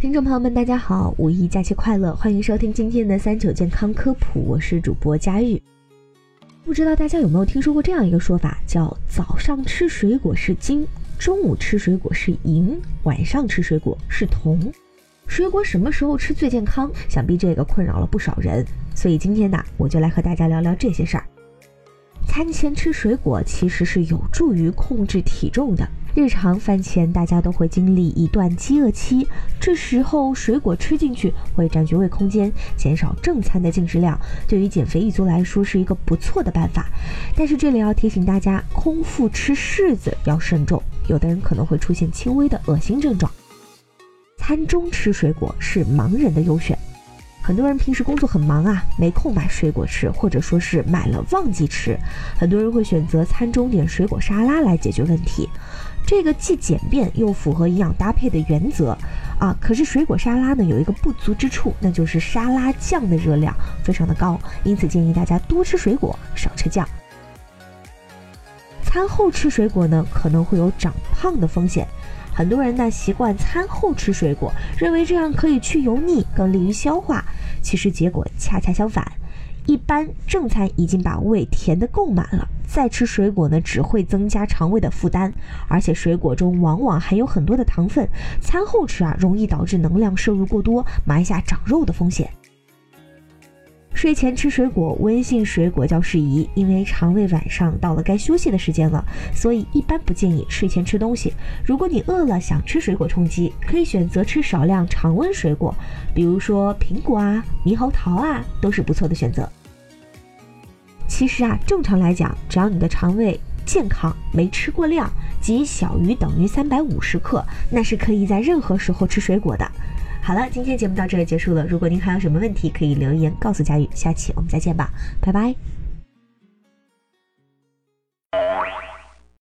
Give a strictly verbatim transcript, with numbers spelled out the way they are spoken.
听众朋友们大家好，五一假期快乐，欢迎收听今天的三九健康科普，我是主播佳玉。不知道大家有没有听说过这样一个说法，叫早上吃水果是金，中午吃水果是银，晚上吃水果是铜。水果什么时候吃最健康？想必这个困扰了不少人，所以今天呢，我就来和大家聊聊这些事儿。餐前吃水果其实是有助于控制体重的。日常饭前大家都会经历一段饥饿期，这时候水果吃进去会占据胃空间，减少正餐的进食量，对于减肥一族来说是一个不错的办法。但是这里要提醒大家，空腹吃柿子要慎重，有的人可能会出现轻微的恶心症状。餐中吃水果是盲人的优选。很多人平时工作很忙啊，没空买水果吃，或者说是买了忘记吃，很多人会选择餐中点水果沙拉来解决问题。这个既简便又符合营养搭配的原则啊。可是水果沙拉呢有一个不足之处，那就是沙拉酱的热量非常的高，因此建议大家多吃水果，少吃酱。餐后吃水果呢可能会有长胖的风险。很多人呢习惯餐后吃水果，认为这样可以去油腻，更利于消化。其实结果恰恰相反，一般正餐已经把胃填得够满了，再吃水果呢只会增加肠胃的负担，而且水果中往往含有很多的糖分，餐后吃啊容易导致能量摄入过多，埋下长肉的风险。睡前吃水果，温性水果较适宜，因为肠胃晚上到了该休息的时间了，所以一般不建议睡前吃东西。如果你饿了想吃水果充饥，可以选择吃少量常温水果，比如说苹果啊、猕猴桃啊，都是不错的选择。其实啊，正常来讲，只要你的肠胃健康，没吃过量，即小于等于三百五十克，那是可以在任何时候吃水果的。好了，今天节目到这里结束了。如果您还有什么问题，可以留言告诉佳玉，下期我们再见吧，拜拜。